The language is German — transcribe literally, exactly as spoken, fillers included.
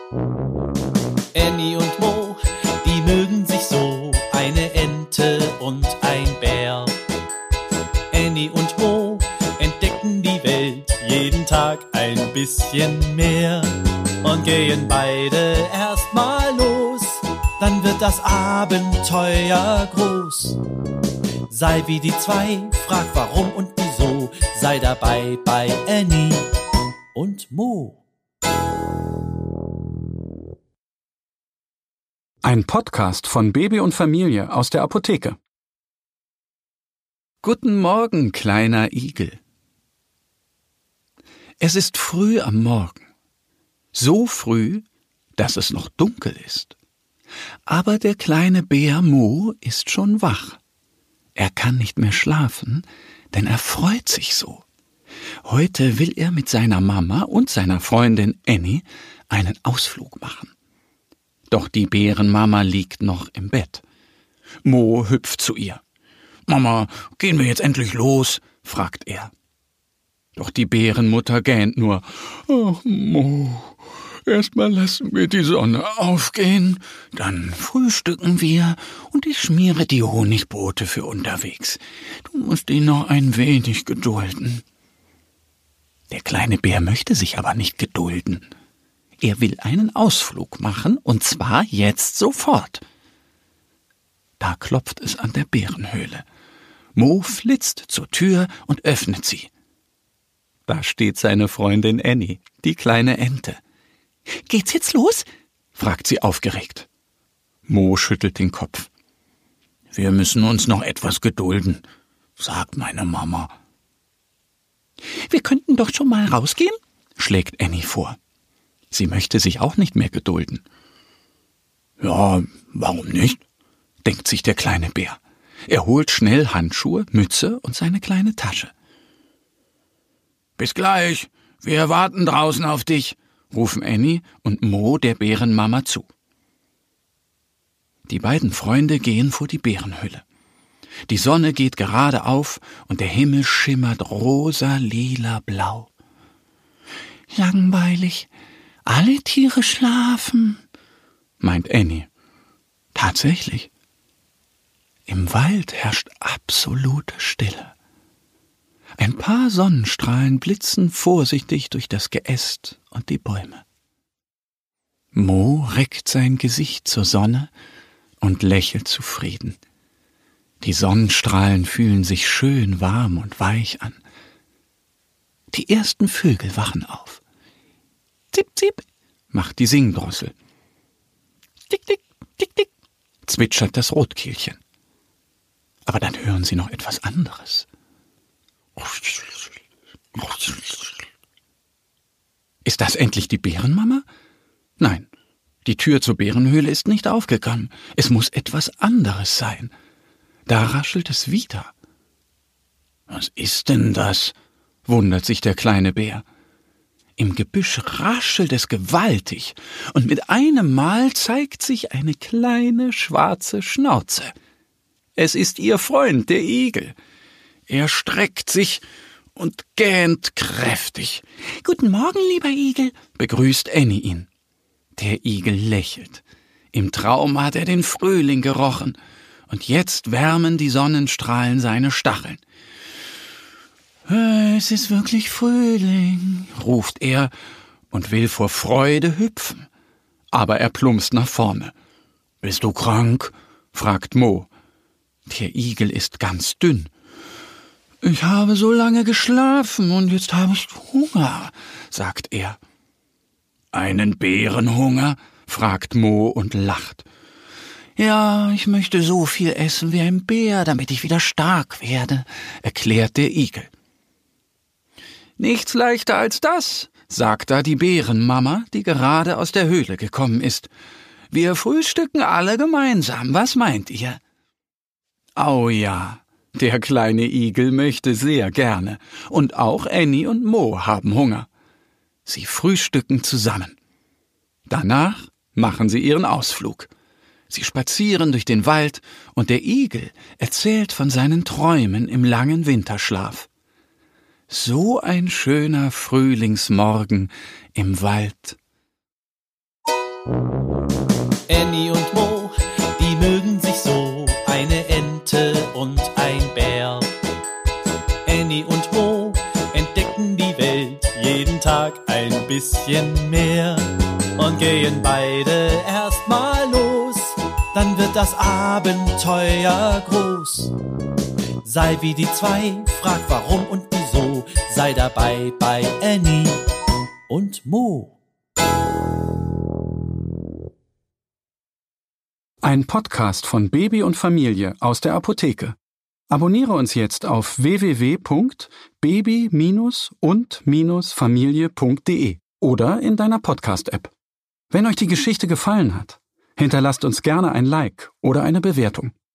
Annie und Mo, die mögen sich so, eine Ente und ein Bär. Annie und Mo entdecken die Welt jeden Tag ein bisschen mehr und gehen beide erstmal los, dann wird das Abenteuer groß. Sei wie die zwei, frag warum und wieso, sei dabei bei Annie und Mo. Ein Podcast von Baby und Familie aus der Apotheke. Guten Morgen, kleiner Igel. Es ist früh am Morgen. So früh, dass es noch dunkel ist. Aber der kleine Bär Mo ist schon wach. Er kann nicht mehr schlafen, denn er freut sich so. Heute will er mit seiner Mama und seiner Freundin Annie einen Ausflug machen. Doch die Bärenmama liegt noch im Bett. Mo hüpft zu ihr. »Mama, gehen wir jetzt endlich los?« fragt er. Doch die Bärenmutter gähnt nur. »Ach, Mo, erstmal lassen wir die Sonne aufgehen, dann frühstücken wir und ich schmiere die Honigbrote für unterwegs. Du musst ihn noch ein wenig gedulden.« Der kleine Bär möchte sich aber nicht gedulden. Er will einen Ausflug machen, und zwar jetzt sofort. Da klopft es an der Bärenhöhle. Mo flitzt zur Tür und öffnet sie. Da steht seine Freundin Annie, die kleine Ente. »Geht's jetzt los?« fragt sie aufgeregt. Mo schüttelt den Kopf. »Wir müssen uns noch etwas gedulden«, sagt meine Mama. »Wir könnten doch schon mal rausgehen«, schlägt Annie vor. Sie möchte sich auch nicht mehr gedulden. »Ja, warum nicht?«, denkt sich der kleine Bär. Er holt schnell Handschuhe, Mütze und seine kleine Tasche. »Bis gleich, wir warten draußen auf dich«, rufen Annie und Mo der Bärenmama zu. Die beiden Freunde gehen vor die Bärenhöhle. Die Sonne geht gerade auf und der Himmel schimmert rosa, lila, blau. »Langweilig, alle Tiere schlafen«, meint Annie. Tatsächlich. Im Wald herrscht absolute Stille. Ein paar Sonnenstrahlen blitzen vorsichtig durch das Geäst und die Bäume. Mo reckt sein Gesicht zur Sonne und lächelt zufrieden. Die Sonnenstrahlen fühlen sich schön warm und weich an. Die ersten Vögel wachen auf. Zip, zip, macht die Singdrossel. Tick, tick, tick, tick, zwitschert das Rotkehlchen. Aber dann hören sie noch etwas anderes. Ist das endlich die Bärenmama? Nein, die Tür zur Bärenhöhle ist nicht aufgegangen. Es muss etwas anderes sein. Da raschelt es wieder. Was ist denn das? Wundert sich der kleine Bär. Im Gebüsch raschelt es gewaltig, und mit einem Mal zeigt sich eine kleine schwarze Schnauze. Es ist ihr Freund, der Igel. Er streckt sich und gähnt kräftig. »Guten Morgen, lieber Igel«, begrüßt Annie ihn. Der Igel lächelt. Im Traum hat er den Frühling gerochen, und jetzt wärmen die Sonnenstrahlen seine Stacheln. »Es ist wirklich Frühling«, ruft er und will vor Freude hüpfen. Aber er plumpst nach vorne. »Bist du krank?«, fragt Mo. Der Igel ist ganz dünn. »Ich habe so lange geschlafen und jetzt habe ich Hunger«, sagt er. »Einen Bärenhunger?«, fragt Mo und lacht. »Ja, ich möchte so viel essen wie ein Bär, damit ich wieder stark werde«, erklärt der Igel. »Nichts leichter als das«, sagt da die Bärenmama, die gerade aus der Höhle gekommen ist. »Wir frühstücken alle gemeinsam, was meint ihr?« Oh ja, der kleine Igel möchte sehr gerne, und auch Annie und Mo haben Hunger. Sie frühstücken zusammen. Danach machen sie ihren Ausflug. Sie spazieren durch den Wald, und der Igel erzählt von seinen Träumen im langen Winterschlaf. So ein schöner Frühlingsmorgen im Wald. Annie und Mo, die mögen sich so, eine Ente und ein Bär. Annie und Mo entdecken die Welt jeden Tag ein bisschen mehr und gehen beide erstmal los, dann wird das Abenteuer groß. Sei wie die zwei, frag warum und wieso, sei dabei bei Annie und Mo. Ein Podcast von Baby und Familie aus der Apotheke. Abonniere uns jetzt auf w w w punkt baby und familie punkt de oder in deiner Podcast-App. Wenn euch die Geschichte gefallen hat, hinterlasst uns gerne ein Like oder eine Bewertung.